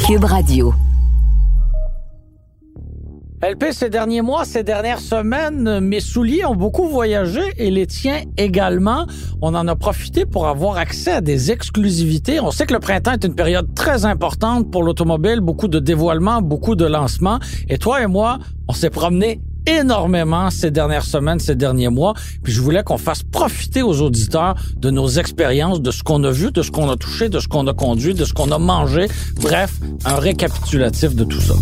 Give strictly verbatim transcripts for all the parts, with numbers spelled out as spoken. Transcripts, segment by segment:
Cube Radio. L P, ces derniers mois, ces dernières semaines, mes souliers ont beaucoup voyagé et les tiens également. On en a profité pour avoir accès à des exclusivités. On sait que le printemps est une période très importante pour l'automobile, beaucoup de dévoilements, beaucoup de lancements. Et toi et moi, on s'est promenés énormément ces dernières semaines, ces derniers mois. Puis je voulais qu'on fasse profiter aux auditeurs de nos expériences, de ce qu'on a vu, de ce qu'on a touché, de ce qu'on a conduit, de ce qu'on a mangé. Bref, un récapitulatif de tout ça.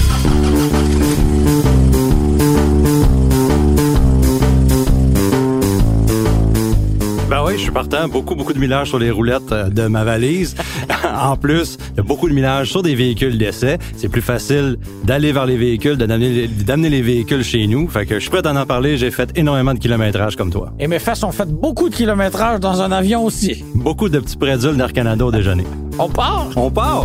Ben oui, je suis partant. Beaucoup, beaucoup de millage sur les roulettes de ma valise. En plus, il y a beaucoup de millage sur des véhicules d'essai. C'est plus facile d'aller vers les véhicules, de d'amener, d'amener les véhicules chez nous. Fait que je suis prêt à en parler. J'ai fait énormément de kilométrage comme toi. Et mes fesses ont fait beaucoup de kilométrage dans un avion aussi. Beaucoup de petits prédules d'Air Canada au déjeuner. On part? On part!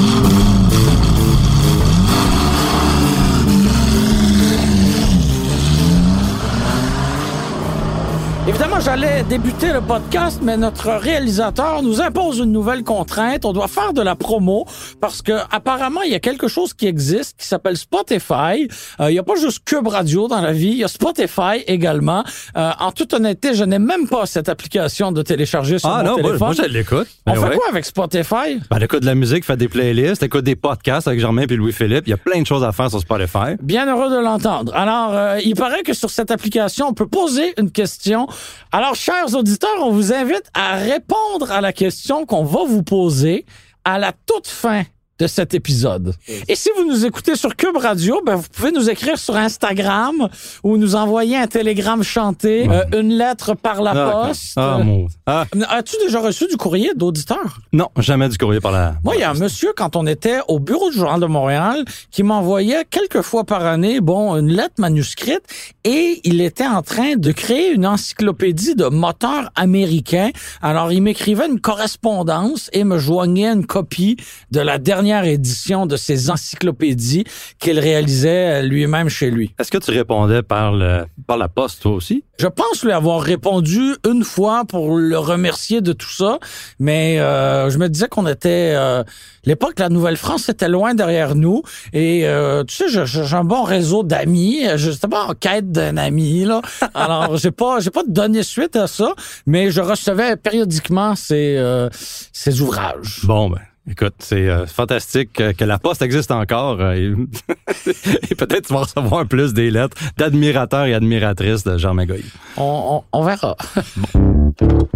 Évidemment, j'allais débuter le podcast, mais notre réalisateur nous impose une nouvelle contrainte. On doit faire de la promo parce que apparemment, il y a quelque chose qui existe qui s'appelle Spotify. Euh, il n'y a pas juste Cube Radio dans la vie, il y a Spotify également. Euh, en toute honnêteté, je n'ai même pas cette application de télécharger sur ah, mon non, téléphone. Moi, moi, je l'écoute. On ben fait ouais. quoi avec Spotify? Ben, t'écoutes de la musique, fais des playlists, t'écoutes des podcasts avec Germain puis Louis-Philippe. Il y a plein de choses à faire sur Spotify. Bien heureux de l'entendre. Alors, euh, il paraît que sur cette application, on peut poser une question. Alors, chers auditeurs, on vous invite à répondre à la question qu'on va vous poser à la toute fin de cet épisode. Et si vous nous écoutez sur Cube Radio, ben vous pouvez nous écrire sur Instagram ou nous envoyer un télégramme chanté, euh, une lettre par la ah, poste. Ah, mon... ah. As-tu déjà reçu du courrier d'auditeurs? Non, jamais du courrier par la... Moi, il y a un monsieur, quand on était au bureau du Journal de Montréal, qui m'envoyait quelques fois par année, bon, une lettre manuscrite, et il était en train de créer une encyclopédie de moteurs américains. Alors, il m'écrivait une correspondance et me joignait une copie de la dernière édition de ces encyclopédies qu'il réalisait lui-même chez lui. Est-ce que tu répondais par, le, par la poste, toi aussi? Je pense lui avoir répondu une fois pour le remercier de tout ça, mais euh, je me disais qu'on était... Euh, l'époque, la Nouvelle-France était loin derrière nous, et euh, tu sais, j'ai un bon réseau d'amis. Je n'étais pas en quête d'un ami, là. Alors, j'ai pas j'ai pas donné suite à ça, mais je recevais périodiquement ces, euh, ces ouvrages. Bon, ben... Écoute, c'est euh, fantastique que, que la poste existe encore euh, et, et peut-être tu vas recevoir plus des lettres d'admirateurs et admiratrices de Jean Magoy. On, on, on verra. Bon.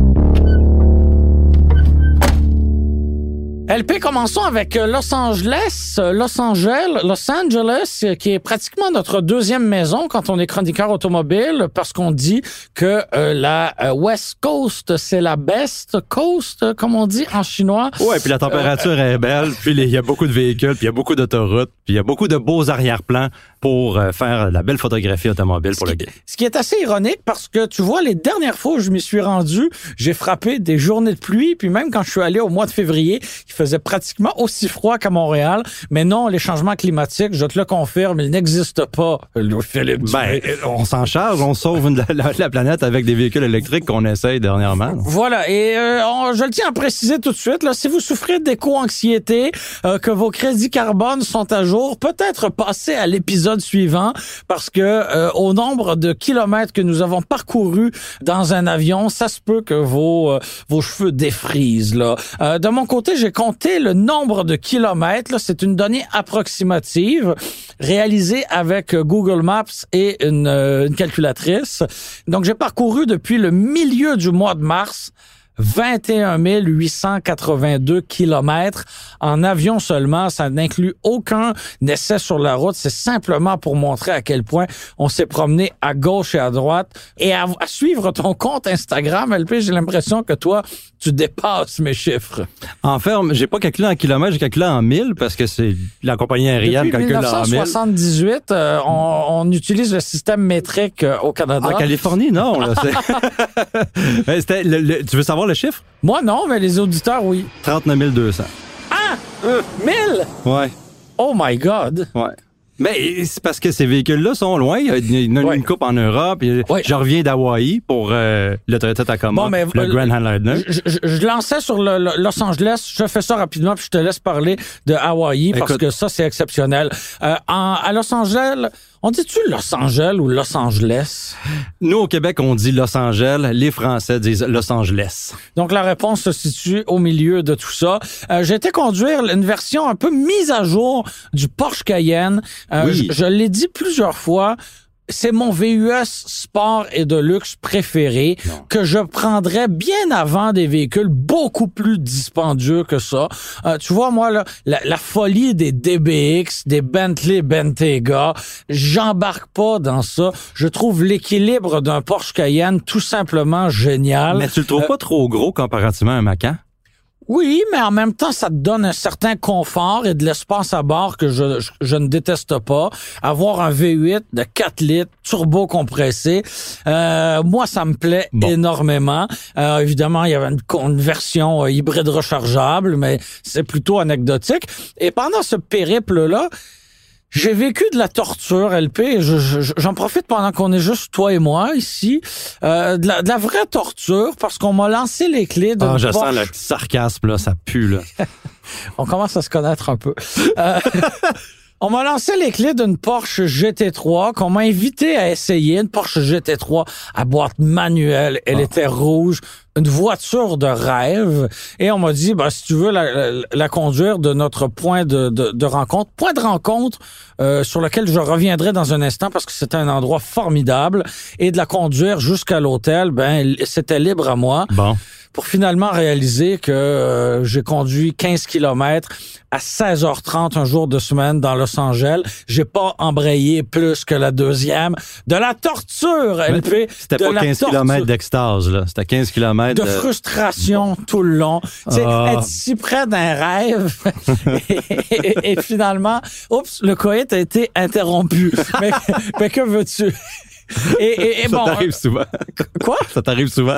L P, commençons avec Los Angeles, Los Angeles, Los Angeles, qui est pratiquement notre deuxième maison quand on est chroniqueur automobile, parce qu'on dit que euh, la euh, West Coast, c'est la best coast, comme on dit en chinois. Ouais, puis la température euh, est belle, puis il y a beaucoup de véhicules, puis il y a beaucoup d'autoroutes, puis il y a beaucoup de beaux arrière-plans pour euh, faire la belle photographie automobile pour ce le qui, gars. Ce qui est assez ironique, parce que tu vois, les dernières fois où je m'y suis rendu, j'ai frappé des journées de pluie, puis même quand je suis allé au mois de février, il faisait pratiquement aussi froid qu'à Montréal. Mais non, les changements climatiques, je te le confirme, ils n'existent pas, Louis-Philippe. Ben, on s'en charge, on sauve une, la, la planète avec des véhicules électriques qu'on essaye dernièrement. Voilà, et euh, on, je le tiens à préciser tout de suite, là, si vous souffrez d'éco-anxiété, euh, que vos crédits carbone sont à jour, peut-être passez à l'épisode suivant, parce que euh, au nombre de kilomètres que nous avons parcourus dans un avion, ça se peut que vos, euh, vos cheveux défrisent. Là. Euh, de mon côté, j'ai compté le nombre de kilomètres. Là, c'est une donnée approximative réalisée avec Google Maps et une, euh, une calculatrice. Donc, j'ai parcouru depuis le milieu du mois de mars vingt et un mille huit cent quatre-vingt-deux kilomètres en avion seulement. Ça n'inclut aucun essai sur la route. C'est simplement pour montrer à quel point on s'est promené à gauche et à droite. Et à, à suivre ton compte Instagram, L P, j'ai l'impression que toi, tu dépasses mes chiffres. En fait, j'ai pas calculé en kilomètres, j'ai calculé en mille parce que c'est la compagnie aérienne Depuis calcule en mille. dix-neuf cent soixante-dix-huit, euh, on, on utilise le système métrique euh, au Canada. En Californie, non. Là, c'est... C'était le, le, tu veux savoir le chiffre? Moi, non, mais les auditeurs, oui. trente-neuf mille deux cents. Ah! Euh, mille? Ouais. Oh my God! Ouais. Mais c'est parce que ces véhicules-là sont loin. Il y a une, il y a une ouais. coupe en Europe. Ouais. Je reviens d'Hawaï pour euh, le Toyota Tacoma, bon, mais, le euh, Grand Highlander. Je, je, je lançais sur le, le Los Angeles. Je fais ça rapidement, puis je te laisse parler de Hawaï, parce Écoute, que ça, c'est exceptionnel. Euh, en, à Los Angeles... On dit-tu Los Angeles ou Los Angeles? Nous, au Québec, on dit Los Angeles. Les Français disent Los Angeles. Donc, la réponse se situe au milieu de tout ça. Euh, j'ai été conduire une version un peu mise à jour du Porsche Cayenne. Euh, oui. Je, je l'ai dit plusieurs fois. C'est mon V U S sport et de luxe préféré non. que je prendrais bien avant des véhicules beaucoup plus dispendieux que ça. Euh, tu vois, moi, là, la, la folie des D B X, des Bentley Bentayga, j'embarque pas dans ça. Je trouve l'équilibre d'un Porsche Cayenne tout simplement génial. Mais tu le trouves euh, pas trop gros comparativement à un Macan? Oui, mais en même temps, ça te donne un certain confort et de l'espace à bord que je, je, je ne déteste pas. Avoir un V huit de quatre litres, turbo compressé, euh, moi, ça me plaît bon. énormément. Euh, évidemment, il y avait une, une version hybride rechargeable, mais c'est plutôt anecdotique. Et pendant ce périple-là, j'ai vécu de la torture, L P. Je, je, j'en profite pendant qu'on est juste toi et moi ici. Euh, de, la, de la vraie torture, parce qu'on m'a lancé les clés de. Ah, je Porsche. sens le sarcasme, là, ça pue, là. On commence à se connaître un peu. Euh, on m'a lancé les clés d'une Porsche G T trois qu'on m'a invité à essayer. Une Porsche G T trois à boîte manuelle. Elle ah. était rouge. Une voiture de rêve. Et on m'a dit, ben, si tu veux la, la, la conduire de notre point de, de, de rencontre, point de rencontre euh, sur lequel je reviendrai dans un instant parce que c'était un endroit formidable, et de la conduire jusqu'à l'hôtel, ben, c'était libre à moi. Bon. Pour finalement réaliser que euh, j'ai conduit quinze kilomètres à seize heures trente un jour de semaine dans Los Angeles. J'ai pas embrayé plus que la deuxième. De la torture, L P. C'était pas quinze kilomètres d'extase, là. C'était quinze kilomètres de... de frustration tout le long. Tu sais, ah. être si près d'un rêve. et, et, et finalement, oups, le coït a été interrompu. mais, mais que veux-tu? Et, et, et ça bon, t'arrive souvent. Quoi? Ça t'arrive souvent?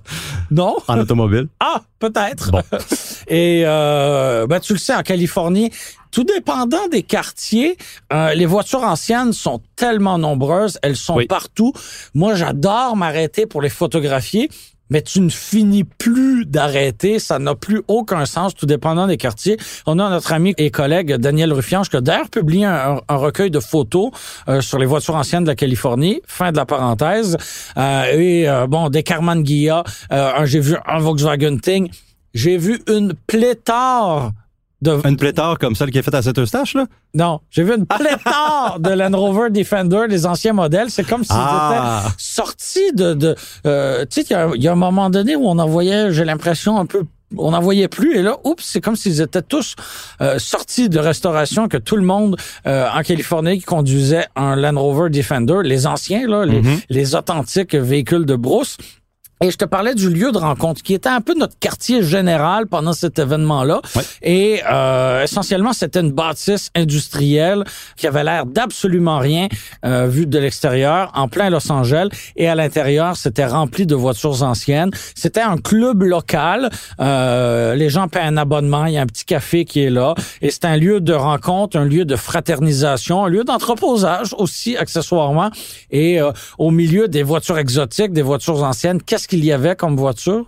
Non. En automobile? Ah, peut-être. Bon. Et euh, ben, tu le sais, en Californie, tout dépendant des quartiers, euh, les voitures anciennes sont tellement nombreuses, elles sont oui. partout. Moi, j'adore m'arrêter pour les photographier. Mais tu ne finis plus d'arrêter, ça n'a plus aucun sens, tout dépendant des quartiers. On a notre ami et collègue Daniel Ruffiange qui a d'ailleurs publié un, un recueil de photos euh, sur les voitures anciennes de la Californie, fin de la parenthèse. Euh, et euh, bon, des Karmann Ghia, euh, j'ai vu un Volkswagen Ting, j'ai vu une pléthore de... Une pléthore comme celle qui est faite à Saint-Eustache, là? Non, j'ai vu une pléthore de Land Rover Defender, les anciens modèles. C'est comme s'ils ah. étaient sortis de... de euh, tu sais, il y a, y a un moment donné où on en voyait, j'ai l'impression, un peu... On n'en voyait plus, et là, oups, c'est comme s'ils étaient tous euh, sortis de restauration, que tout le monde euh, en Californie qui conduisait un Land Rover Defender, les anciens, là, les, mm-hmm. les authentiques véhicules de brousse. Et je te parlais du lieu de rencontre, qui était un peu notre quartier général pendant cet événement-là. Ouais. Et euh, essentiellement, c'était une bâtisse industrielle qui avait l'air d'absolument rien euh, vu de l'extérieur, en plein Los Angeles. Et à l'intérieur, c'était rempli de voitures anciennes. C'était un club local. Euh, les gens paient un abonnement. Il y a un petit café qui est là. Et c'est un lieu de rencontre, un lieu de fraternisation, un lieu d'entreposage aussi, accessoirement. Et euh, au milieu des voitures exotiques, des voitures anciennes, qu'est-ce qu'il y avait comme voiture?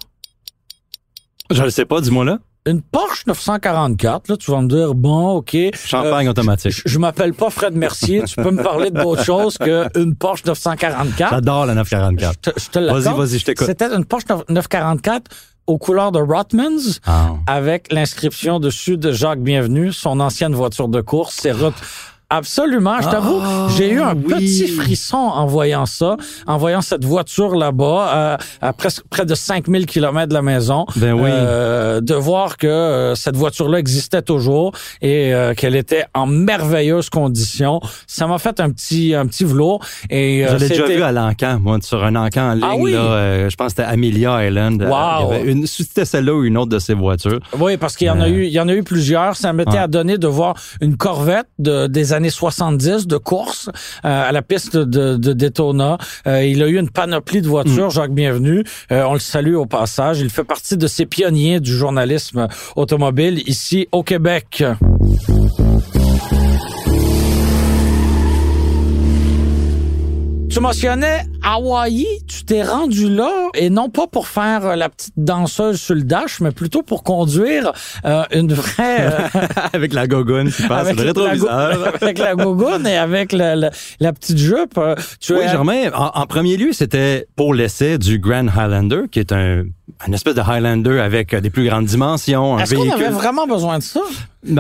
Je ne sais pas, dis-moi là. Une Porsche neuf cent quarante-quatre, là, tu vas me dire, bon, OK. Champagne euh, automatique. Je, je m'appelle pas Fred Mercier, tu peux me parler de d'autres choses qu'une Porsche neuf cent quarante-quatre. J'adore la neuf cent quarante-quatre. Je te, je te l'accorde. Vas-y, vas-y, je t'écoute. C'était une Porsche neuf cent quarante-quatre aux couleurs de Rothmans, ah. avec l'inscription dessus de Jacques Bienvenu, son ancienne voiture de course. C'est Roth... Absolument, je t'avoue, oh, j'ai eu un oui. petit frisson en voyant ça, en voyant cette voiture là-bas, à, à presque près de cinq mille kilomètres de la maison. Ben oui. Euh, de voir que euh, cette voiture-là existait toujours et euh, qu'elle était en merveilleuse condition. Ça m'a fait un petit un petit velours. Et euh, je l'ai c'était... déjà vu à l'encan, moi, sur un encan en ligne. Ah oui? Là, euh, je pense que c'était Amelia Island. Wow. Il y avait une, c'était celle-là ou une autre de ces voitures. Oui, parce qu'il y en euh... a eu, il y en a eu plusieurs. Ça m'était ouais. à donner de voir une Corvette de des années soixante-dix de course euh, à la piste de, de Daytona. Euh, il a eu une panoplie de voitures, mm. Jacques Bienvenu. Euh, on le salue au passage. Il fait partie de ces pionniers du journalisme automobile ici au Québec. Tu mentionnais Hawaï, tu t'es rendu là, et non pas pour faire la petite danseuse sur le dash, mais plutôt pour conduire euh, une vraie... Euh, avec la gogoune qui passe le rétroviseur. La go- avec la gogoune et avec la, la, la petite jupe. Euh, tu oui, es... Germain, en, en premier lieu, c'était pour l'essai du Grand Highlander, qui est un une espèce de Highlander avec des plus grandes dimensions, un Est-ce véhicule... qu'on avait vraiment besoin de ça? Non,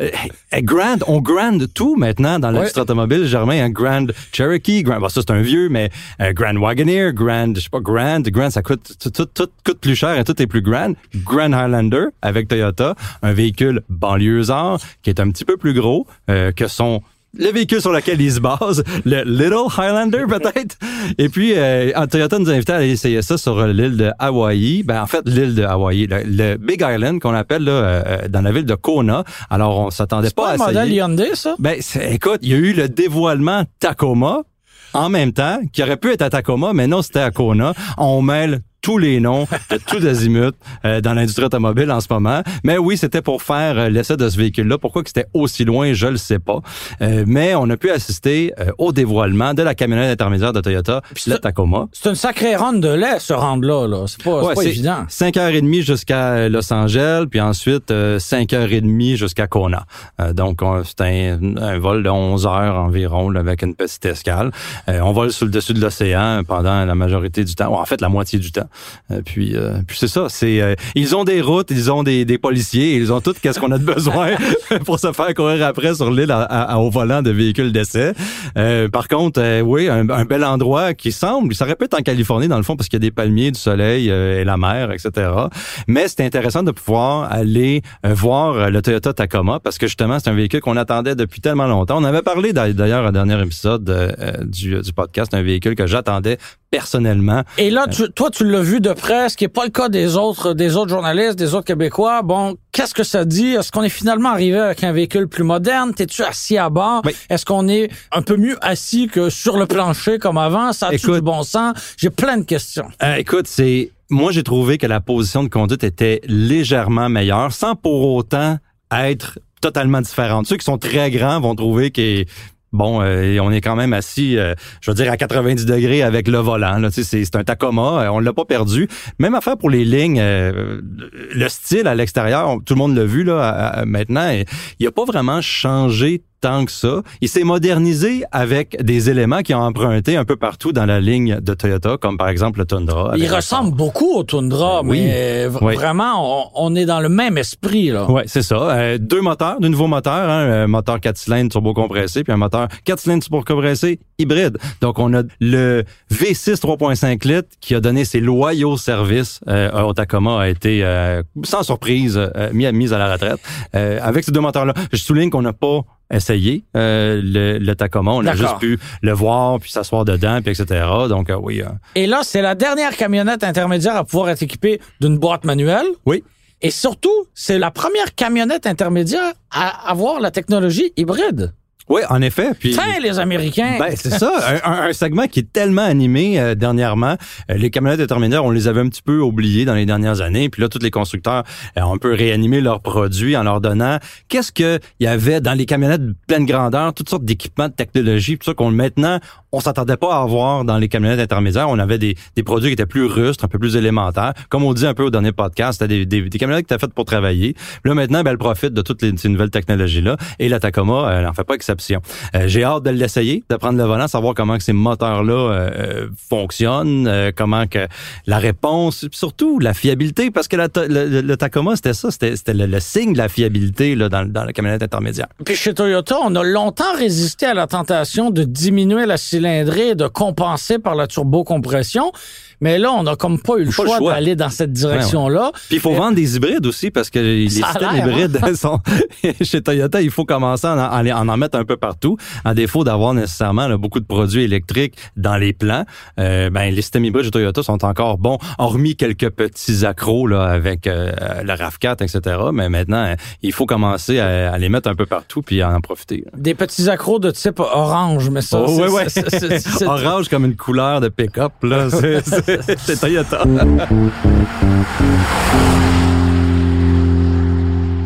grand, on grand tout maintenant dans l'industrie oui. automobile, Germain, un Grand Cherokee, Grand, bon, ça c'est un vieux, mais euh, Grand Wagoneer, Grand, je sais pas, Grand, Grand, ça coûte, tout, tout, tout coûte plus cher et tout est plus grand. Grand Highlander avec Toyota, un véhicule banlieusard qui est un petit peu plus gros euh, que son le véhicule sur lequel il se base, le Little Highlander peut-être. Et puis, euh, Toyota nous a invités à aller essayer ça sur l'île de Hawaï. Ben en fait, l'île de Hawaï, le, le Big Island qu'on appelle là, euh, dans la ville de Kona. Alors, on s'attendait c'est pas, pas à essayer. C'est un modèle Hyundai, ça? Ben, écoute, il y a eu le dévoilement Tacoma en même temps, qui aurait pu être à Tacoma, mais non, c'était à Kona. On mêle tous les noms de tous azimuts euh, dans l'industrie automobile en ce moment. Mais oui, c'était pour faire euh, l'essai de ce véhicule-là. Pourquoi que c'était aussi loin, je le sais pas. Euh, mais on a pu assister euh, au dévoilement de la camionnette intermédiaire de Toyota, puis le Tacoma. C'est une sacrée ronde de lait, ce rendre-là. Là. C'est pas, ouais, c'est pas c'est évident. cinq heures trente jusqu'à Los Angeles, puis ensuite euh, cinq heures trente jusqu'à Kona. Euh, donc, c'est un, un vol de onze heures environ, là, avec une petite escale. Euh, on vole sur le dessus de l'océan pendant la majorité du temps, ou en fait la moitié du temps. Euh, puis, euh, puis c'est ça. C'est euh, ils ont des routes, ils ont des, des policiers, ils ont tout qu'est-ce qu'on a de besoin pour se faire courir après sur l'île à, à, au volant de véhicules d'essai. Euh, par contre, euh, oui, un, un bel endroit qui semble, ça aurait pu être en Californie dans le fond parce qu'il y a des palmiers, du soleil euh, et la mer, et cetera. Mais c'est intéressant de pouvoir aller euh, voir le Toyota Tacoma parce que justement c'est un véhicule qu'on attendait depuis tellement longtemps. On avait parlé d'ailleurs au dernier épisode euh, du, du podcast, un véhicule que j'attendais personnellement. Et là, tu, toi, tu l'as vu de près, ce qui n'est pas le cas des autres, des autres journalistes, des autres Québécois. Bon, qu'est-ce que ça dit? Est-ce qu'on est finalement arrivé avec un véhicule plus moderne? T'es-tu assis à bord? Oui. Est-ce qu'on est un peu mieux assis que sur le plancher comme avant? Ça a-tu du bon sens? J'ai plein de questions. Euh, écoute, c'est... Moi, j'ai trouvé que la position de conduite était légèrement meilleure, sans pour autant être totalement différente. Ceux qui sont très grands vont trouver que bon, euh, on est quand même assis, euh, je veux dire, à quatre-vingt-dix degrés avec le volant. Là, tu sais, c'est, c'est un Tacoma, euh, on l'a pas perdu. Même affaire pour les lignes, euh, le style à l'extérieur, on, tout le monde l'a vu là à, à, maintenant. Et, il a pas vraiment changé tant que ça. Il s'est modernisé avec des éléments qui ont emprunté un peu partout dans la ligne de Toyota, comme par exemple le Tundra. Il ressemble son... beaucoup au Tundra, oui. mais oui. vraiment, on, on est dans le même esprit, là. Oui, c'est ça. Euh, deux moteurs, deux nouveaux moteurs, hein, un moteur quatre cylindres turbo-compressé, puis un moteur quatre cylindres turbo-compressé hybride. Donc, on a le V six trois virgule cinq litres qui a donné ses loyaux services euh, au Tacoma, a été, euh, sans surprise, euh, mis, à, mis à la retraite. Euh, avec ces deux moteurs-là, je souligne qu'on n'a pas essayé euh, le, le Tacoma. On D'accord. a juste pu le voir, puis s'asseoir dedans, puis et cetera. Donc, euh, oui. Euh... Et là, c'est la dernière camionnette intermédiaire à pouvoir être équipée d'une boîte manuelle. Oui. Et surtout, c'est la première camionnette intermédiaire à avoir la technologie hybride. Oui, en effet. Puis, Tiens, les Américains! Ben, c'est ça. Un, un, un segment qui est tellement animé euh, dernièrement. Euh, les camionnettes intermédiaires, on les avait un petit peu oubliées dans les dernières années. Puis là, tous les constructeurs euh, ont un peu réanimé leurs produits en leur donnant qu'est-ce qu'il y avait dans les camionnettes de pleine grandeur, toutes sortes d'équipements, de technologies, tout ça qu'on maintenant, on s'attendait pas à avoir dans les camionnettes intermédiaires. On avait des, des produits qui étaient plus rustres, un peu plus élémentaires. Comme on dit un peu au dernier podcast, c'était des, des, des camionnettes qui étaient faites pour travailler. Puis là, maintenant, ben, elle profite de toutes les, ces nouvelles technologies-là. Et la Tacoma, elle en fait pas exception. Euh, j'ai hâte de l'essayer, de prendre le volant, savoir comment que ces moteurs-là euh, fonctionnent, euh, comment que la réponse, surtout la fiabilité, parce que la, le, le Tacoma, c'était ça, c'était, c'était le, le signe de la fiabilité là, dans, dans la camionnette intermédiaire. Puis chez Toyota, on a longtemps résisté à la tentation de diminuer la cylindrée et de compenser par la turbocompression. Mais là, on n'a comme pas eu le choix, le choix d'aller dans cette direction-là. Ouais, ouais. Puis il faut et... vendre des hybrides aussi parce que les ça systèmes hybrides hein? sont chez Toyota, il faut commencer à en, à en mettre un peu partout. En défaut d'avoir nécessairement là, beaucoup de produits électriques dans les plans, euh, ben les systèmes hybrides chez Toyota sont encore bons, hormis quelques petits accros là avec euh, le RAV quatre, et cetera. Mais maintenant, il faut commencer à, à les mettre un peu partout puis à en profiter. Des petits accros de type orange, mais ça, oh, c'est, ouais, ouais. c'est, c'est, c'est, c'est... orange comme une couleur de pick-up là. C'est, c'est... C'est Toyota.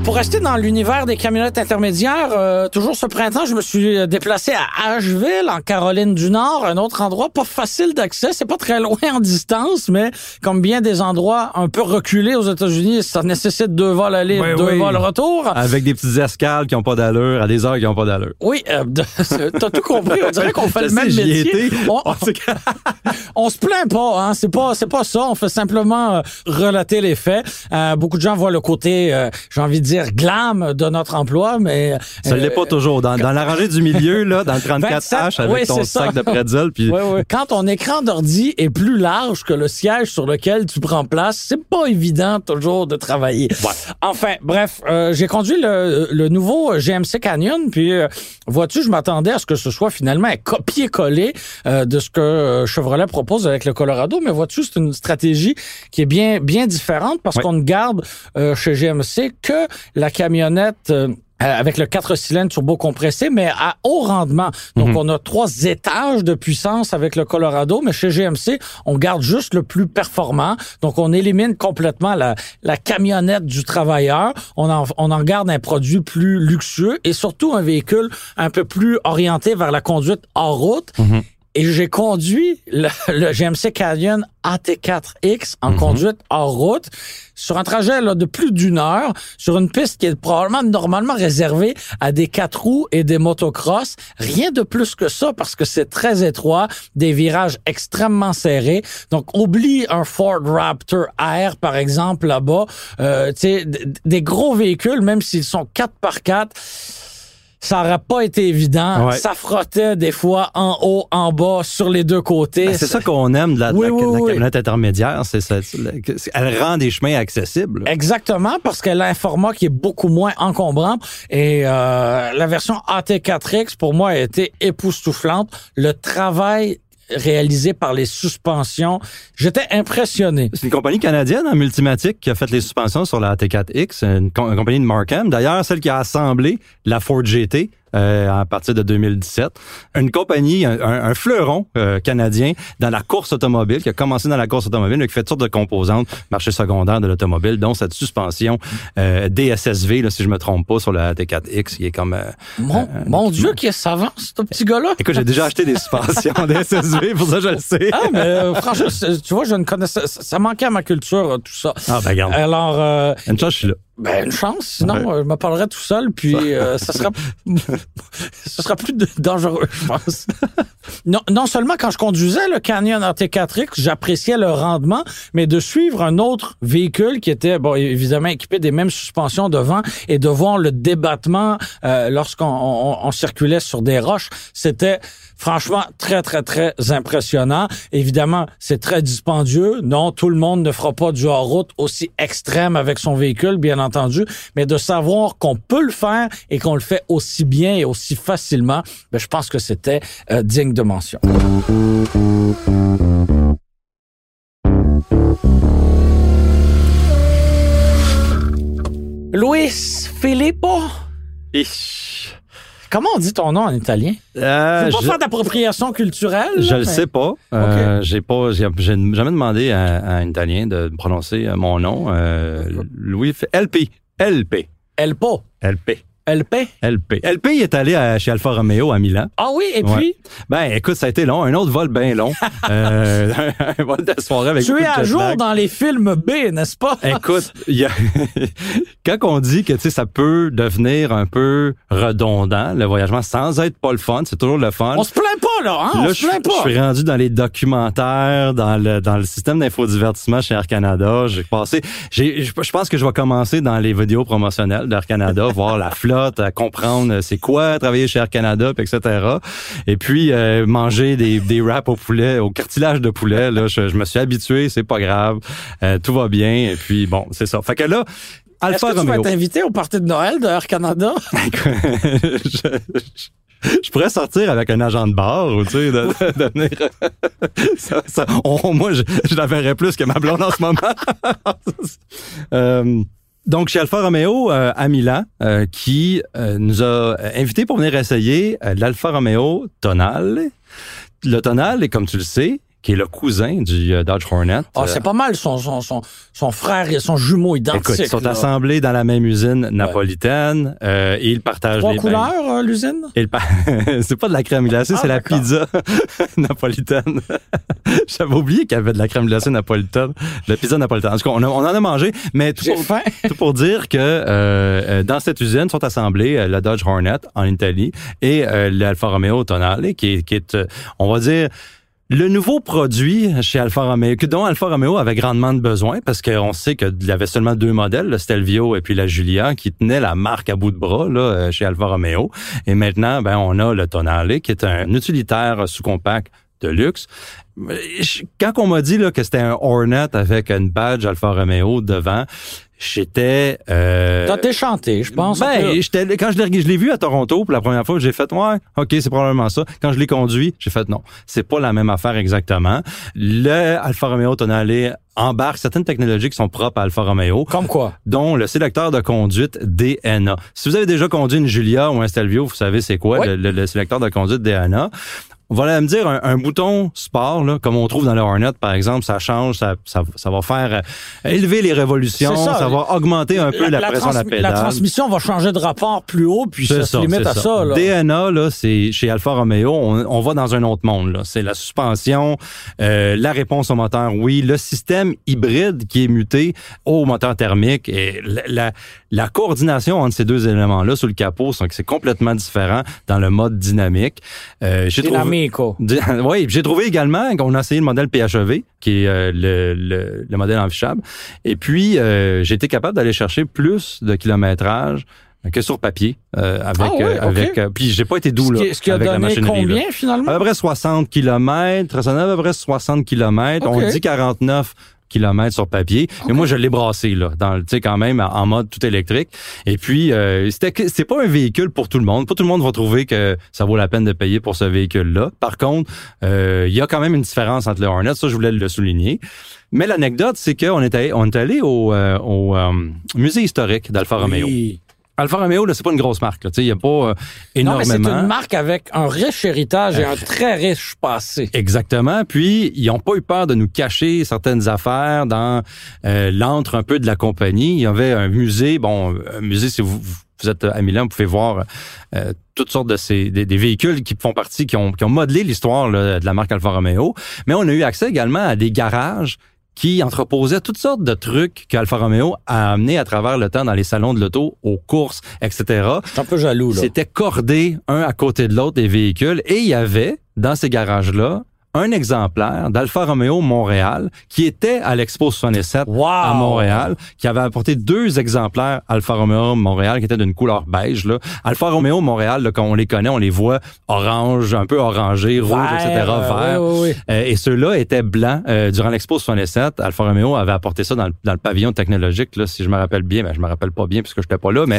Pour rester dans l'univers des camionnettes intermédiaires, euh, toujours ce printemps, je me suis déplacé à Asheville, en Caroline du Nord, un autre endroit pas facile d'accès. C'est pas très loin en distance, mais comme bien des endroits un peu reculés aux États-Unis, ça nécessite deux vols aller, oui, deux oui. vols retour. Avec des petites escales qui ont pas d'allure, à des heures qui ont pas d'allure. Oui, euh, t'as tout compris. On dirait qu'on fait le même sais, métier. Été. On, on se plaint pas, hein. C'est pas, c'est pas ça. On fait simplement euh, relater les faits. Euh, beaucoup de gens voient le côté, euh, j'ai envie de dire, glam de notre emploi, mais... Ça ne euh, l'est pas toujours. Dans, dans la rangée du milieu, là, dans le trente-quatre H, avec oui, ton sac de pretzel. Puis... Oui, oui. Quand ton écran d'ordi est plus large que le siège sur lequel tu prends place, c'est pas évident toujours de travailler. Ouais. Enfin, bref, euh, j'ai conduit le, le nouveau G M C Canyon, puis euh, vois-tu, je m'attendais à ce que ce soit finalement un copier-coller euh, de ce que euh, Chevrolet propose avec le Colorado, mais vois-tu, c'est une stratégie qui est bien, bien différente parce ouais. qu'on ne garde euh, chez G M C que la camionnette euh, avec le quatre cylindres turbo-compressé, mais à haut rendement. Donc, mm-hmm. on a trois étages de puissance avec le Colorado, mais chez G M C, on garde juste le plus performant. Donc, on élimine complètement la, la camionnette du travailleur. On en, on en garde un produit plus luxueux et surtout un véhicule un peu plus orienté vers la conduite hors route. Mm-hmm. Et j'ai conduit le, le G M C Canyon A T quatre X en mm-hmm. conduite hors route sur un trajet là, de plus d'une heure sur une piste qui est probablement normalement réservée à des quatre roues et des motocross. Rien de plus que ça parce que c'est très étroit, des virages extrêmement serrés. Donc, oublie un Ford Raptor R, par exemple, là-bas. Euh, tu sais, d- des gros véhicules, même s'ils sont quatre par quatre, ça n'aurait pas été évident. Ouais. Ça frottait des fois en haut, en bas, sur les deux côtés. Ben, c'est ça qu'on aime de la, oui, de la, oui, de la oui. camionnette intermédiaire. C'est ça, elle rend des chemins accessibles. Exactement, parce qu'elle a un format qui est beaucoup moins encombrant. Et euh, la version A T quatre X, pour moi, a été époustouflante. Le travail réalisé par les suspensions. J'étais impressionné. C'est une compagnie canadienne, hein, Multimatic, qui a fait les suspensions sur la A T quatre X, une, com- une compagnie de Markham. D'ailleurs, celle qui a assemblé la Ford G T euh, à partir de deux mille dix-sept. Une compagnie, un, un fleuron euh, canadien dans la course automobile, qui a commencé dans la course automobile, mais qui fait toutes sortes de composantes, marché secondaire de l'automobile, dont cette suspension euh, D S S V, là, si je me trompe pas, sur la A T quatre X, qui est comme... Euh, mon euh, mon Dieu, qui est savant, ce petit gars-là! Écoute, j'ai déjà acheté des suspensions D S S V, pour ça je le sais. Ah, mais euh, franchement, tu vois, je ne connaissais... Ça, ça manquait à ma culture, tout ça. Ah, ben regarde. Alors... Euh, une chance, je suis là. Ben, une chance, sinon, ouais. euh, je me parlerais tout seul, puis ça, euh, ça sera ce sera plus dangereux, je pense. non, non seulement quand je conduisais le Canyon A T quatre X, j'appréciais le rendement, mais de suivre un autre véhicule qui était, bon, évidemment équipé des mêmes suspensions devant et de voir le débattement euh, lorsqu'on on, on circulait sur des roches, c'était franchement très, très, très impressionnant. Évidemment, c'est très dispendieux. Non, tout le monde ne fera pas du hors-route aussi extrême avec son véhicule, bien entendu, mais de savoir qu'on peut le faire et qu'on le fait aussi bien et aussi facilement, ben, je pense que c'était euh, digne de mention. Luis Filippo? Ich. Comment on dit ton nom en italien? Euh, faut pas je... faire d'appropriation culturelle. Je là, le mais... sais pas. Euh, okay. J'ai pas, j'ai, j'ai jamais demandé à, à un Italien de prononcer mon nom. Euh, Louis L P. L P. Elpo. L P. L P? L P. L P, il est allé à, chez Alfa Romeo à Milan. Ah oui, et puis? Ouais. Ben, écoute, ça a été long. Un autre vol bien long. euh, un vol de soirée avec beaucoup de jet lag. Tu es à jour dans les films B, n'est-ce pas? Écoute, y a quand on dit que, tu sais, ça peut devenir un peu redondant, le voyagement, sans être pas le fun, c'est toujours le fun. On se plaint pas, là, hein? Là, on se plaint pas. Je suis rendu dans les documentaires, dans le, dans le système d'infodivertissement chez Air Canada. J'ai passé, j'ai, je pense que je vais commencer dans les vidéos promotionnelles d'Air Canada, voir la flotte, à comprendre c'est quoi travailler chez Air Canada, puis et cetera. Et puis euh, manger des, des wraps au poulet, au cartilage de poulet. Là, je, je me suis habitué, c'est pas grave, euh, tout va bien. Et puis bon, c'est ça. Fait que là, Alfa Romeo. Est-ce que tu vas t'inviter au party de Noël de Air Canada? je, je, je pourrais sortir avec un agent de bar, ou tu sais, de, de, de venir. ça, ça, on, moi, je, je la verrais plus que ma blonde en ce moment. euh, Donc, chez Alfa Romeo euh, à Milan, euh, qui euh, nous a invités pour venir essayer euh, l'Alfa Romeo Tonale. Le Tonale est, comme tu le sais, qui est le cousin du euh, Dodge Hornet. Ah, oh, c'est pas mal, son, son, son, son frère et son jumeau identiques. Écoute, ils sont là. assemblés dans la même usine napolitaine ouais. euh, et ils partagent Trois les couleurs, ben, euh, l'usine? Le... c'est pas de la crème glacée, ah, c'est d'accord. La pizza napolitaine. J'avais oublié qu'il y avait de la crème glacée napolitaine. La pizza napolitaine. En tout cas, on, a, on en a mangé, mais tout, pour, tout pour dire que euh, dans cette usine sont assemblés euh, le Dodge Hornet en Italie et euh, l'Alfa Romeo Tonale, qui est, qui est euh, on va dire, le nouveau produit chez Alfa Romeo, dont Alfa Romeo avait grandement de besoin, parce qu'on sait qu'il y avait seulement deux modèles, le Stelvio et puis la Giulia, qui tenaient la marque à bout de bras là chez Alfa Romeo. Et maintenant, ben on a le Tonale, qui est un utilitaire sous-compact de luxe. Quand on m'a dit là que c'était un Hornet avec une badge Alfa Romeo devant, j'étais... Euh, T'as déchanté, je pense. Ben, j'étais, quand je l'ai, je l'ai vu à Toronto pour la première fois, j'ai fait, ouais, OK, c'est probablement ça. Quand je l'ai conduit, j'ai fait, non, c'est pas la même affaire exactement. Le Alfa Romeo Tonale embarque certaines technologies qui sont propres à Alfa Romeo. Comme quoi? Dont le sélecteur de conduite D N A. Si vous avez déjà conduit une Giulia ou un Stelvio, vous savez c'est quoi, oui. le, le, le sélecteur de conduite D N A. On va me dire un, un bouton sport, là, comme on trouve dans le Hornet, par exemple, ça change, ça, ça, ça va faire euh, élever les révolutions, ça. ça va augmenter un peu la, la, la pression de la pédale. La transmission va changer de rapport plus haut, puis ça, ça se limite à ça. ça là. D N A, là, c'est chez Alfa Romeo, on, on va dans un autre monde. Là. C'est la suspension, euh, la réponse au moteur, oui, le système hybride qui est muté au moteur thermique et la, la, la coordination entre ces deux éléments-là sous le capot, c'est complètement différent dans le mode dynamique. Euh, j'ai trouvé Oui, j'ai trouvé également qu'on a essayé le modèle P H E V, qui est euh, le, le, le modèle affichable. Et puis, euh, j'ai été capable d'aller chercher plus de kilométrage que sur papier euh, avec ah ouais, euh, avec okay. euh, puis j'ai pas été doux là ce qui a avec donné la machinerie combien là. Finalement à peu près soixante kilomètres, ça donne à peu près soixante kilomètres, okay. On dit quarante-neuf kilomètres sur papier. Okay. Mais moi, je l'ai brassé, là, dans, tu sais, quand même, en mode tout électrique. Et puis, euh, c'était, c'est pas un véhicule pour tout le monde. Pas tout le monde va trouver que ça vaut la peine de payer pour ce véhicule-là. Par contre, euh, il y a quand même une différence entre le Hornet. Ça, je voulais le souligner. Mais l'anecdote, c'est qu'on est allé, on est allé au, euh, au euh, musée historique d'Alfa Romeo. Oui. Alfa Romeo, là, c'est pas une grosse marque, là. Tu sais, il y a pas euh, énormément. Non, mais c'est une marque avec un riche héritage et un très riche passé. Exactement. Puis, ils ont pas eu peur de nous cacher certaines affaires dans euh, l'antre un peu de la compagnie. Il y avait un musée, bon, un musée, si vous, vous êtes à Milan, vous pouvez voir euh, toutes sortes de ces des, des véhicules qui font partie, qui ont, qui ont modelé l'histoire là, de la marque Alfa Romeo. Mais on a eu accès également à des garages qui entreposait toutes sortes de trucs qu'Alfa Romeo a amené à travers le temps dans les salons de l'auto, aux courses, et cetera. Je suis un peu jaloux, là. C'était cordé un à côté de l'autre des véhicules et il y avait, dans ces garages-là, un exemplaire d'Alfa Romeo Montréal qui était à l'Expo soixante-dix-sept wow. à Montréal, qui avait apporté deux exemplaires Alfa Romeo Montréal qui étaient d'une couleur beige. Là. Alfa Romeo Montréal, là, quand on les connaît, on les voit orange, un peu orangé, rouge, vert, et cetera, vert. Oui, oui, oui. Euh, et ceux-là étaient blancs. Euh, durant l'Expo soixante-dix-sept, Alfa Romeo avait apporté ça dans le, dans le pavillon technologique, là, si je me rappelle bien. Ben, je me rappelle pas bien puisque j'étais pas là, mais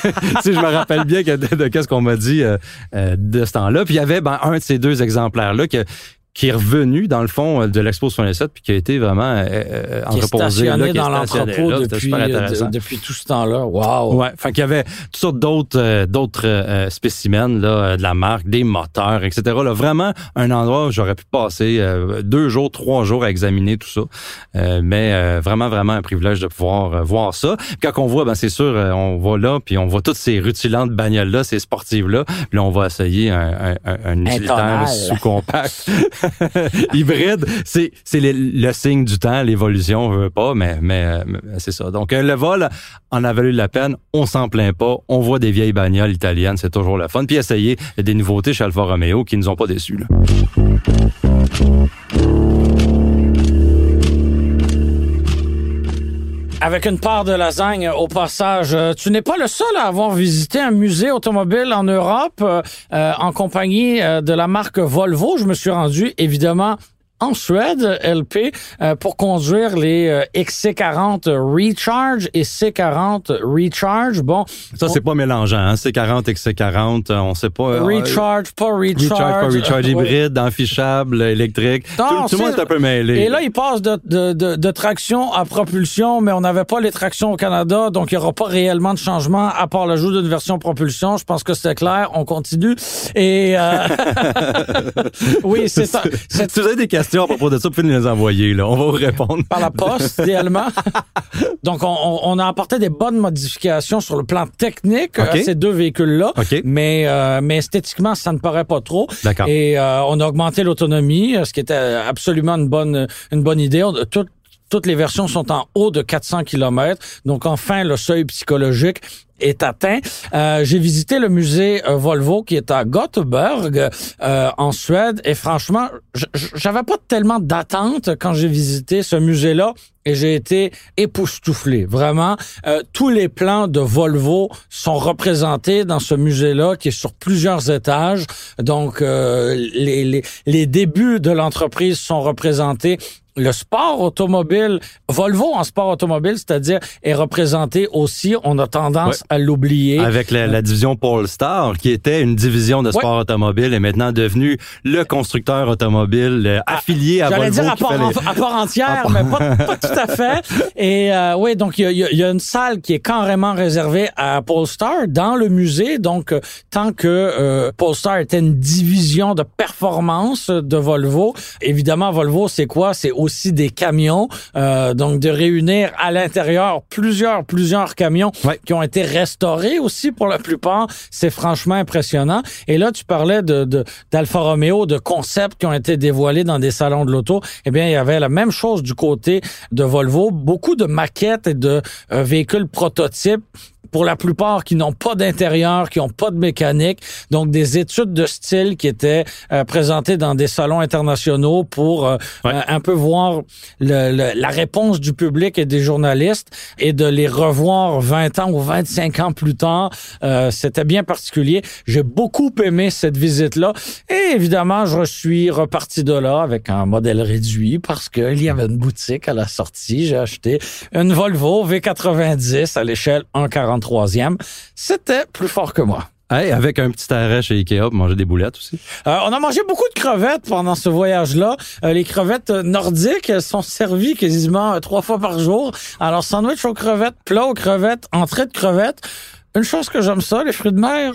si je me rappelle bien que, de, de qu'est-ce qu'on m'a dit euh, euh, de ce temps-là. Puis il y avait ben, un de ces deux exemplaires-là que qui est revenu dans le fond de l'Expo soixante-dix-sept puis qui a été vraiment euh, entreposé là, qui est dans l'entrepôt là, depuis, de, depuis tout ce temps-là. Wow. Ouais, fait qu'il y avait toutes sortes d'autres euh, d'autres euh, spécimens là de la marque, des moteurs, et cetera. Là, vraiment un endroit où j'aurais pu passer euh, deux jours, trois jours à examiner tout ça. Euh, mais euh, vraiment vraiment un privilège de pouvoir euh, voir ça. Puis quand on voit, ben c'est sûr, euh, on va là puis on voit toutes ces rutilantes bagnoles là, ces sportives là. Puis là on va essayer un, un, un, un utilitaire sous-compact. Hybride, c'est c'est le, le signe du temps, l'évolution, on veut pas, mais mais, mais c'est ça. Donc le vol en a valu la peine, on s'en plaint pas, on voit des vieilles bagnoles italiennes, c'est toujours le fun. Puis essayer des nouveautés chez Alfa Romeo qui nous ont pas déçus là. Avec une part de lasagne au passage. Tu n'es pas le seul à avoir visité un musée automobile en Europe euh, en compagnie de la marque Volvo. Je me suis rendu évidemment en Suède, L P, euh, pour conduire les euh, X C quarante Recharge et C quarante Recharge. Bon, ça on... c'est pas mélangeant, hein? C quarante, X C quarante, on sait pas. Recharge, euh, pas Recharge. Recharge, pas Recharge, hybride, enfichable, électrique. Non, tout, tout le monde est un peu mêlé. Et là, il passe de, de, de, de traction à propulsion, mais on n'avait pas les tractions au Canada, donc il n'y aura pas réellement de changement à part l'ajout d'une version propulsion. Je pense que c'était clair. On continue. Et euh... oui, c'est ça. Si vous avez des questions questions à propos de ça, vous pouvez nous les envoyer, là. On va vous répondre. Par la poste, idéalement. Donc, on, on a apporté des bonnes modifications sur le plan technique okay. à ces deux véhicules-là. Okay. Mais, euh, mais esthétiquement, ça ne paraît pas trop. D'accord. Et euh, on a augmenté l'autonomie, ce qui était absolument une bonne, une bonne idée. On, tout, Toutes les versions sont en haut de quatre cents kilomètres. Donc, enfin, le seuil psychologique est atteint. Euh, j'ai visité le musée euh, Volvo qui est à Göteborg, euh, en Suède. Et franchement, j'avais pas tellement d'attente quand j'ai visité ce musée-là. Et j'ai été époustouflé. Vraiment, euh, tous les plans de Volvo sont représentés dans ce musée-là qui est sur plusieurs étages. Donc, euh, les, les, les débuts de l'entreprise sont représentés. Le sport automobile, Volvo en sport automobile, c'est-à-dire est représenté aussi, on a tendance ouais. à l'oublier. Avec la, la division Polestar, qui était une division de sport ouais. automobile, est maintenant devenu le constructeur automobile euh, affilié à J'allais Volvo. J'allais dire à part, les... à part entière, à mais pas, pas tout à fait. Et euh, oui, donc il y a, y a une salle qui est carrément réservée à Polestar dans le musée. Donc, euh, tant que euh, Polestar était une division de performance de Volvo, évidemment, Volvo, c'est quoi? C'est aussi des camions, euh, donc de réunir à l'intérieur plusieurs, plusieurs camions ouais. qui ont été restaurés aussi pour la plupart. C'est franchement impressionnant. Et là, tu parlais de, de d'Alfa Romeo, de concepts qui ont été dévoilés dans des salons de l'auto. Eh bien, il y avait la même chose du côté de Volvo. Beaucoup de maquettes et de euh, véhicules prototypes pour la plupart qui n'ont pas d'intérieur, qui n'ont pas de mécanique. Donc, des études de style qui étaient euh, présentées dans des salons internationaux pour euh, ouais. euh, un peu voir le, le, la réponse du public et des journalistes et de les revoir vingt ans ou vingt-cinq ans plus tard. Euh, c'était bien particulier. J'ai beaucoup aimé cette visite-là. Et évidemment, je suis reparti de là avec un modèle réduit parce qu'il y avait une boutique à la sortie. J'ai acheté une Volvo V quatre-vingt-dix à l'échelle un quarante-troisième. C'était plus fort que moi. Hey, avec un petit arrêt chez Ikea pour manger des boulettes aussi. Euh, on a mangé beaucoup de crevettes pendant ce voyage-là. Euh, les crevettes nordiques elles sont servies quasiment euh, trois fois par jour. Alors, sandwich aux crevettes, plat aux crevettes, entrée de crevettes. Une chose que j'aime ça, les fruits de mer.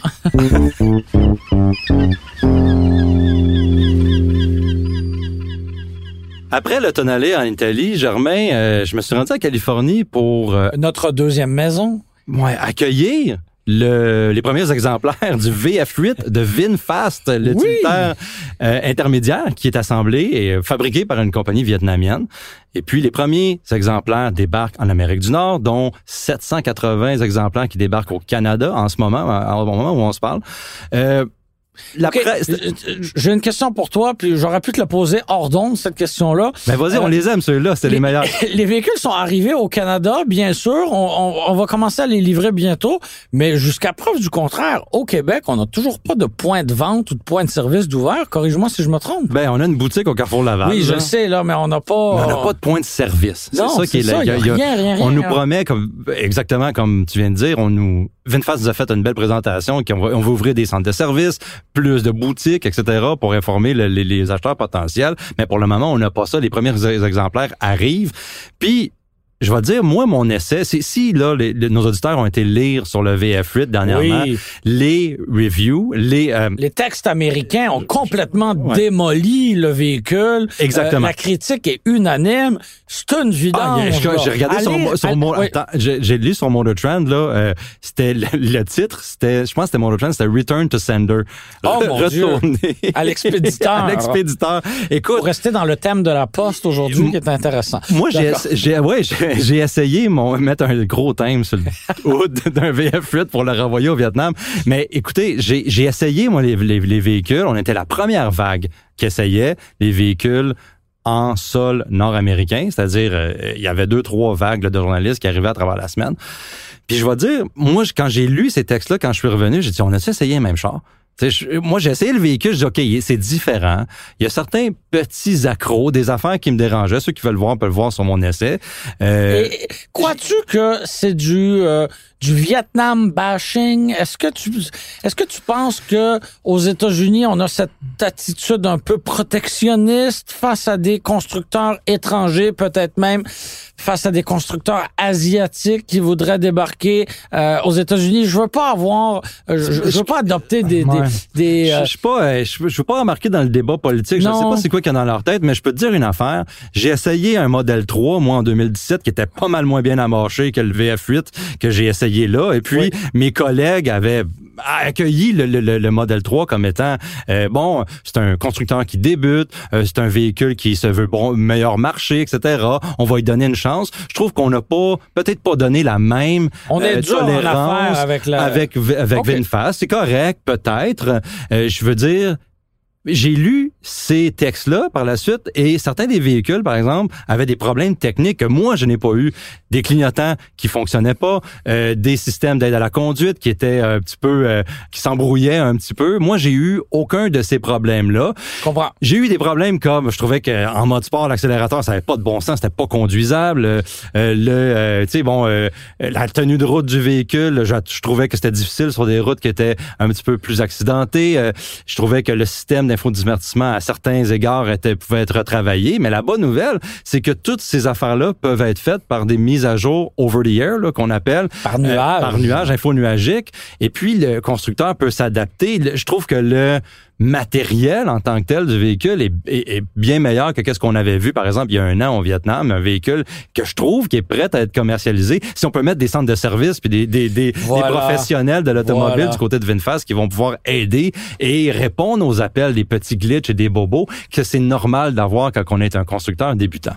Après le Tonale en Italie, Germain, euh, je me suis rendu en Californie pour... Euh, Notre deuxième maison. Ouais, accueillir le, les premiers exemplaires du V F huit de VinFast, l'utilitaire oui. euh, intermédiaire qui est assemblé et fabriqué par une compagnie vietnamienne. Et puis, les premiers exemplaires débarquent en Amérique du Nord, dont sept cent quatre-vingts exemplaires qui débarquent au Canada en ce moment, au moment où on se parle. Euh, La okay. presse... J'ai une question pour toi, puis j'aurais pu te la poser hors d'onde, cette question-là. Ben vas-y, euh, on les aime, ceux-là, c'est les, les meilleurs. Les véhicules sont arrivés au Canada, bien sûr. On, on, on va commencer à les livrer bientôt, mais jusqu'à preuve du contraire, au Québec, on n'a toujours pas de point de vente ou de point de service d'ouvert. Corrige-moi si je me trompe. Ben, on a une boutique au Carrefour Laval. Oui, je là. le sais, là, mais on n'a pas... Mais on n'a pas de point de service. Non, c'est ça qui est là. Il y a, il y a, rien, rien, on rien, nous rien. promet, comme exactement comme tu viens de dire, on nous... VinFast nous a fait une belle présentation, qu'on va, on va ouvrir des centres de service, plus de boutiques, et cetera, pour informer le, les, les acheteurs potentiels. Mais pour le moment, on n'a pas ça. Les premiers exemplaires arrivent. Puis, je vais dire, moi, mon essai, c'est si là, les, les, nos auditeurs ont été lire sur le V F huit dernièrement, oui. les reviews, les... Euh, les textes américains ont complètement ouais. démoli le véhicule. Exactement. Euh, la critique est unanime. C'est une vidange. Ah, j'ai regardé allez, sur, sur allez, mon... Oui. Attends, j'ai, j'ai lu sur Motor Trend, là, euh, c'était le, le titre, c'était, je pense que c'était Motor Trend, c'était Return to Sender. Oh mon Retourner Dieu! À l'expéditeur. à l'expéditeur. Écoute... Pour rester dans le thème de la poste aujourd'hui, qui est intéressant. Moi, j'ai, j'ai, ouais, j'ai, j'ai essayé mon mettre un gros thème sur le hood d'un V F huit pour le renvoyer au Vietnam. Mais écoutez, j'ai, j'ai essayé, moi, les, les, les véhicules. On était la première vague qui essayait les véhicules en sol nord-américain. C'est-à-dire, euh, il y avait deux, trois vagues là, de journalistes qui arrivaient à travers la semaine. Puis je vais dire, moi, quand j'ai lu ces textes-là, quand je suis revenu, j'ai dit, on a-tu essayé le même char? T'sais, je, moi, j'ai essayé le véhicule, je dis, OK, c'est différent. Il y a certains petits accros, des affaires qui me dérangeaient. Ceux qui veulent le voir peuvent le voir sur mon essai. Euh, Et, crois-tu que c'est du, euh, du Vietnam bashing. Est-ce que tu est-ce que tu penses que aux États-Unis, on a cette attitude un peu protectionniste face à des constructeurs étrangers, peut-être même face à des constructeurs asiatiques qui voudraient débarquer euh, aux États-Unis? Je veux pas avoir, euh, je, je veux pas adopter des ouais. des, des euh... je, je suis pas, je, je veux pas remarquer dans le débat politique. Je non. sais pas c'est quoi qu'il y a dans leur tête, mais je peux te dire une affaire. J'ai essayé un modèle trois moi en deux mille dix-sept qui était pas mal moins bien amarché que le V F huit que j'ai essayé là. Et puis oui. mes collègues avaient accueilli le, le, le modèle trois comme étant euh, bon, c'est un constructeur qui débute, euh, c'est un véhicule qui se veut bon meilleur marché, et cetera. On va lui donner une chance. Je trouve qu'on n'a pas, peut-être pas donné la même on est euh, dur tolérance avec la... avec avec okay. VinFast. C'est correct, peut-être. Euh, je veux dire. J'ai lu ces textes-là par la suite et certains des véhicules, par exemple, avaient des problèmes techniques que moi, je n'ai pas eu. Des clignotants qui fonctionnaient pas, euh, des systèmes d'aide à la conduite qui étaient un petit peu, euh, qui s'embrouillaient un petit peu. Moi, j'ai eu aucun de ces problèmes-là. Je comprends. J'ai eu des problèmes comme, je trouvais qu'en mode sport, l'accélérateur, ça avait pas de bon sens, c'était pas conduisable. Euh, le, euh, tu sais, bon, euh, la tenue de route du véhicule, je, je trouvais que c'était difficile sur des routes qui étaient un petit peu plus accidentées. Euh, je trouvais que le système d'infodivertissement à certains égards était, pouvait être retravaillé. Mais la bonne nouvelle, c'est que toutes ces affaires-là peuvent être faites par des mises à jour over the air, là, qu'on appelle. Par nuage. Euh, par nuage, info-nuagique. Et puis, le constructeur peut s'adapter. Je trouve que le matériel en tant que tel du véhicule est, est, est bien meilleur que qu'est-ce qu'on avait vu, par exemple, il y a un an au Vietnam, un véhicule que je trouve qui est prêt à être commercialisé. Si on peut mettre des centres de service puis des, des, des, voilà. des professionnels de l'automobile voilà. du côté de VinFast qui vont pouvoir aider et répondre aux appels des petits glitches et des bobos que c'est normal d'avoir quand on est un constructeur débutant.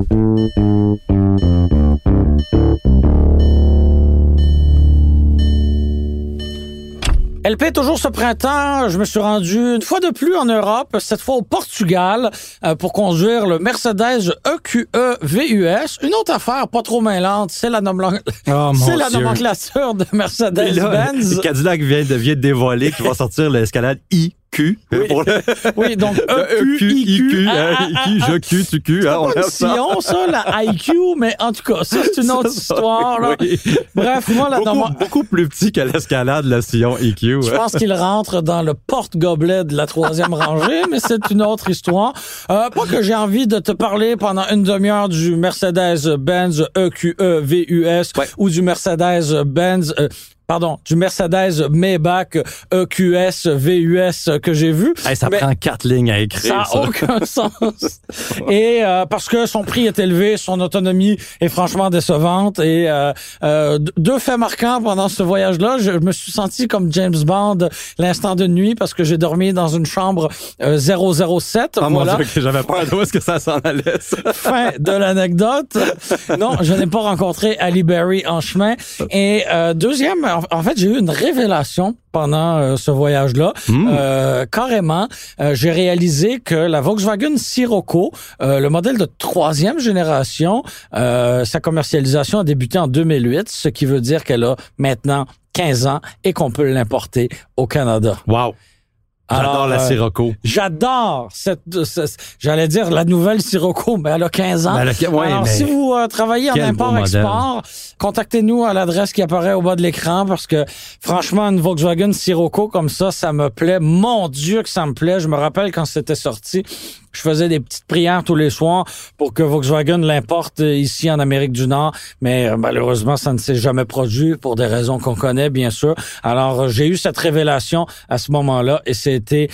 L P, toujours ce printemps, je me suis rendu une fois de plus en Europe, cette fois au Portugal, euh, pour conduire le Mercedes E Q E V U S. Une autre affaire, pas trop mêlante, c'est la, nom- oh, c'est la nomenclature de Mercedes-Benz. Cadillac vient de, vient de dévoiler qu'il va sortir l'escalade I. Q. Oui, pour le... oui donc E Q, I Q, I Q, je Q, tu Q. C'est hein, pas une Sion, ça, la I Q, mais en tout cas, ça, c'est une autre ça, histoire. Là. Oui. Bref, moi, là, beaucoup, dans beaucoup plus petit que l'escalade, la Sion I Q. Je pense qu'il rentre dans le porte-gobelet de la troisième rangée, mais c'est une autre histoire. Euh, pas que j'ai envie de te parler pendant une demi-heure du Mercedes-Benz E Q E V U S ouais. ou du Mercedes-Benz... Euh, Pardon, du Mercedes Maybach E Q S V U S que j'ai vu. Hey, ça mais prend quatre lignes à écrire. Ça n'a aucun sens. Et euh, parce que son prix est élevé, son autonomie est franchement décevante. Et euh, euh, deux faits marquants pendant ce voyage-là, je me suis senti comme James Bond l'instant de nuit parce que j'ai dormi dans une chambre euh, zéro zéro sept. Oh voilà. mon Dieu, j'avais peur d'où est-ce que ça s'en allait. Ça. Fin de l'anecdote. Non, je n'ai pas rencontré Ali Berry en chemin. Et euh, deuxième, en fait, j'ai eu une révélation pendant euh, ce voyage-là. Mmh. Euh, carrément, euh, j'ai réalisé que la Volkswagen Scirocco, euh, le modèle de troisième génération, euh, sa commercialisation a débuté en deux mille huit, ce qui veut dire qu'elle a maintenant quinze ans et qu'on peut l'importer au Canada. Wow! J'adore Alors, la Scirocco. Euh, j'adore cette, cette, j'allais dire la nouvelle Scirocco, mais elle a quinze ans. Ben, elle a, ouais, Alors, si vous euh, travaillez en import-export, contactez-nous à l'adresse qui apparaît au bas de l'écran parce que, franchement, une Volkswagen Scirocco comme ça, ça me plaît. Mon Dieu que ça me plaît. Je me rappelle quand c'était sorti, je faisais des petites prières tous les soirs pour que Volkswagen l'importe ici en Amérique du Nord, mais euh, malheureusement, ça ne s'est jamais produit pour des raisons qu'on connaît, bien sûr. Alors, euh, j'ai eu cette révélation à ce moment-là et c'était...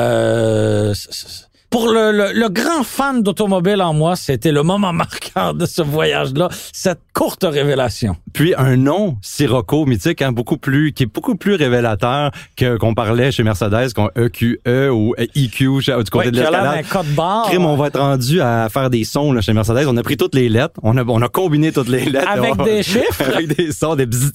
Euh, Pour le, le, le grand fan d'automobile en moi, c'était le moment marquant de ce voyage-là, cette courte révélation. Puis un nom, Scirocco, mythique, hein, beaucoup plus, qui est beaucoup plus révélateur que qu'on parlait chez Mercedes, qu'on E Q E ou I Q du côté oui, de l'escalade. Un code barre. Crime, on va être rendu à faire des sons là, chez Mercedes. On a pris toutes les lettres, on a, on a combiné toutes les lettres. Avec on, des chiffres. Avec des sons, des bzzz.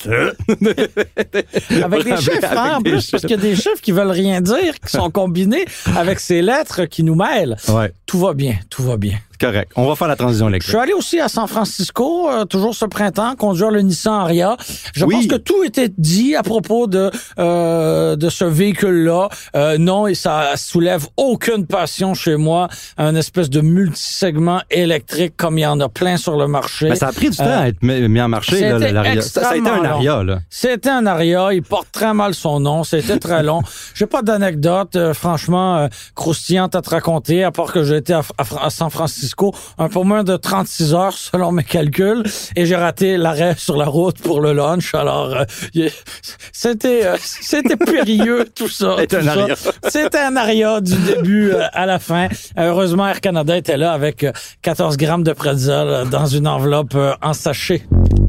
Avec des chiffres, hein, en plus, chiffres. Parce qu'il y a des chiffres qui veulent rien dire, qui sont combinés avec ces lettres qui nous mêlent. Ouais. Tout va bien, tout va bien. Correct. On va faire la transition Je électrique. suis allé aussi à San Francisco, euh, toujours ce printemps, conduire le Nissan Ariya. Je Oui. pense que tout était dit à propos de euh, de ce véhicule-là. Euh, non, et ça soulève aucune passion chez moi. Un espèce de multisegment électrique comme il y en a plein sur le marché. Ben, ça a pris du temps Euh, à être mis mis en marché, là, c'était l'Ariya. Ça, ça a été un extrêmement Ariya, là. C'était un Ariya, il porte très mal son nom, c'était très long. J'ai pas d'anecdote, euh, franchement, euh, croustillante à te raconter, à part que j'ai été à, à, à San Francisco un peu moins de trente-six heures selon mes calculs, et j'ai raté l'arrêt sur la route pour le lunch. Alors, euh, y- c'était euh, c'était périlleux tout ça. C'était tout un ça. Ariya. C'était un Ariya du début euh, à la fin. Heureusement, Air Canada était là avec euh, quatorze grammes de pretzel euh, dans une enveloppe euh, en sachet.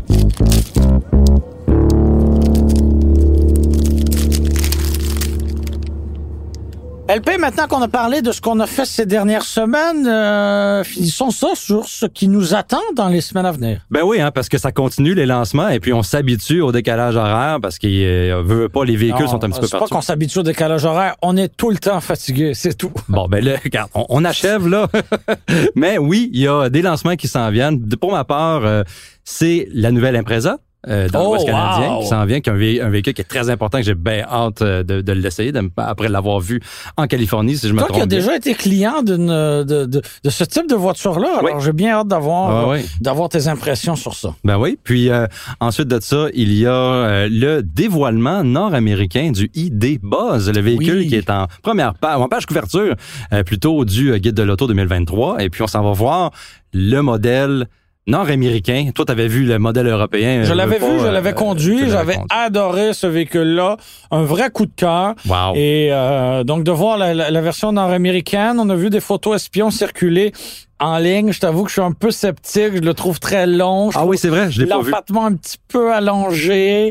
L P, maintenant qu'on a parlé de ce qu'on a fait ces dernières semaines, euh, finissons ça sur ce qui nous attend dans les semaines à venir. Ben oui, hein, parce que ça continue les lancements et puis on s'habitue au décalage horaire parce qu'il euh, veut veut pas, les véhicules Non, sont un petit peu c'est pas partout. qu'on s'habitue au décalage horaire, on est tout le temps fatigué, c'est tout. Bon, ben là, regarde, on, on achève là. Mais oui, il y a des lancements qui s'en viennent. De- Pour ma part, euh, c'est la nouvelle Impreza. Euh, dans Oh, l'Ouest canadien, wow. qui s'en vient, qui est un, vé- un véhicule qui est très important, que j'ai bien hâte euh, de, de l'essayer, de, m- après l'avoir vu en Californie, si je me Toi qui trompe as bien. déjà été client d'une de, de, de ce type de voiture-là, alors Oui. j'ai bien hâte d'avoir Ah oui. d'avoir tes impressions sur ça. Ben oui. Puis euh, ensuite de ça, il y a euh, le dévoilement nord-américain du I D Buzz, le véhicule Oui. qui est en première page, en page couverture, euh, plutôt du euh, Guide de l'auto deux mille vingt-trois. Et puis on s'en va voir le modèle nord-américain. Toi, tu avais vu le modèle européen. Je euh, l'avais pas, vu, je euh, l'avais tu conduit, l'avais j'avais conduit. adoré ce véhicule-là, un vrai coup de cœur. Wow. Et euh, donc de voir la, la, la version nord-américaine, on a vu des photos espions circuler en ligne. Je t'avoue que je suis un peu sceptique, je le trouve très long. Je Ah oui, c'est vrai, je l'ai pas vu. l'empattement un petit peu allongé.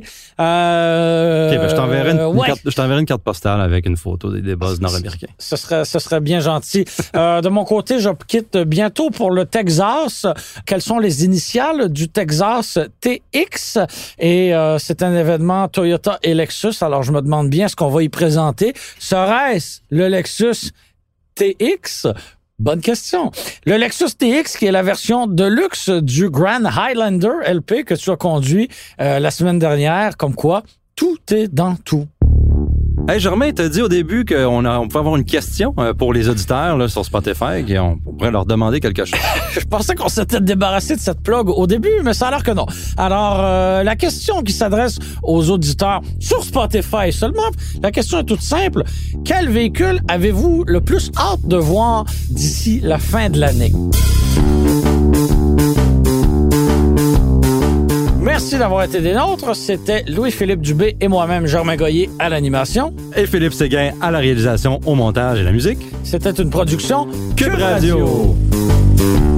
Euh, OK, ben, je t'enverrai une, une ouais. carte, je t'enverrai une carte postale avec une photo des, des Buzz nord-américains. Ce serait, ce serait bien gentil. Euh, de mon côté, je quitte bientôt pour le Texas. Quelles sont les initiales du Texas T X? Et euh, c'est un événement Toyota et Lexus. Alors, je me demande bien ce qu'on va y présenter. Serait-ce le Lexus T X? Bonne question. Le Lexus T X, qui est la version de luxe du Grand Highlander L P que tu as conduit euh, la semaine dernière, comme quoi tout est dans tout. Hey, Germain, t'as dit au début qu'on a, on pouvait avoir une question euh, pour les auditeurs là, sur Spotify, et on pourrait leur demander quelque chose. Je pensais qu'on s'était débarrassé de cette plug au début, mais ça a l'air que non. Alors, euh, la question qui s'adresse aux auditeurs sur Spotify seulement, la question est toute simple. Quel véhicule avez-vous le plus hâte de voir d'ici la fin de l'année? Merci d'avoir été des nôtres. C'était Louis-Philippe Dubé et moi-même, Germain Goyer, à l'animation. Et Philippe Séguin à la réalisation, au montage et la musique. C'était une production Cube Radio. Radio.